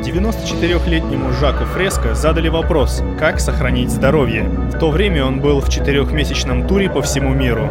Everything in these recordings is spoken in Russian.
94-летнему Жаку Фреско задали вопрос, как сохранить здоровье. В то время он был в 4-месячном туре по всему миру.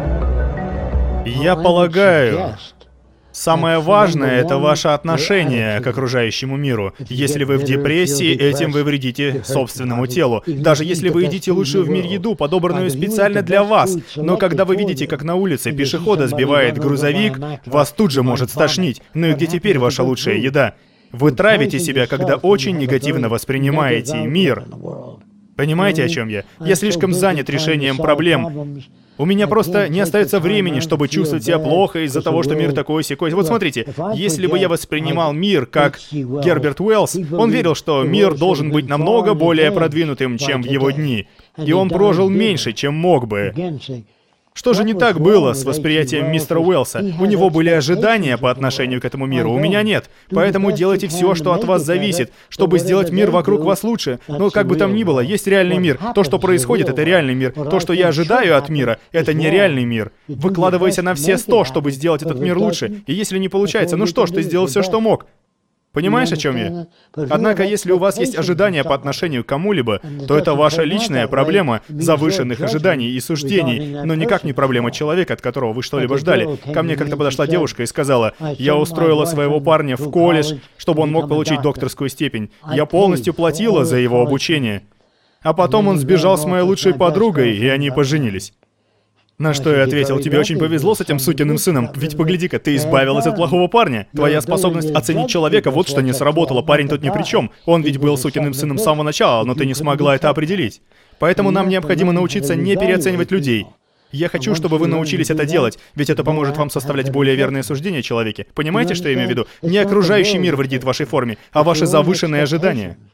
Я полагаю, самое важное — это ваше отношение к окружающему миру. Если вы в депрессии, этим вы вредите собственному телу. Даже если вы едите лучшую в мире еду, подобранную специально для вас, но когда вы видите, как на улице пешехода сбивает грузовик, вас тут же может стошнить. Ну и где теперь ваша лучшая еда? Вы травите себя, когда очень негативно воспринимаете мир. Понимаете, о чем я? Я слишком занят решением проблем. У меня просто не остается времени, чтобы чувствовать себя плохо из-за того, что мир такой-сякой. Вот смотрите, если бы я воспринимал мир как Герберт Уэллс, он верил, что мир должен быть намного более продвинутым, чем в его дни. И он прожил меньше, чем мог бы. Что же не так было с восприятием мистера Уэллса? У него были ожидания по отношению к этому миру, у меня нет. Поэтому делайте все, что от вас зависит, чтобы сделать мир вокруг вас лучше. Но как бы там ни было, есть реальный мир. То, что происходит, это реальный мир. То, что я ожидаю от мира, это нереальный мир. Выкладывайся на все 100, чтобы сделать этот мир лучше. И если не получается, ну что ж, ты сделал все, что мог. Понимаешь, о чем я? Однако, если у вас есть ожидания по отношению к кому-либо, то это ваша личная проблема завышенных ожиданий и суждений, но никак не проблема человека, от которого вы что-либо ждали. Ко мне как-то подошла девушка и сказала: «Я устроила своего парня в колледж, чтобы он мог получить докторскую степень. Я полностью платила за его обучение. А потом он сбежал с моей лучшей подругой, и они поженились». На что я ответил: «Тебе очень повезло с этим сукиным сыном, ведь погляди-ка, ты избавилась от плохого парня. Твоя способность оценить человека, вот что не сработало, парень тут ни при чем. Он ведь был сукиным сыном с самого начала, но ты не смогла это определить. Поэтому нам необходимо научиться не переоценивать людей. Я хочу, чтобы вы научились это делать, ведь это поможет вам составлять более верные суждения о человеке. Понимаете, что я имею в виду? Не окружающий мир вредит вашей форме, а ваши завышенные ожидания».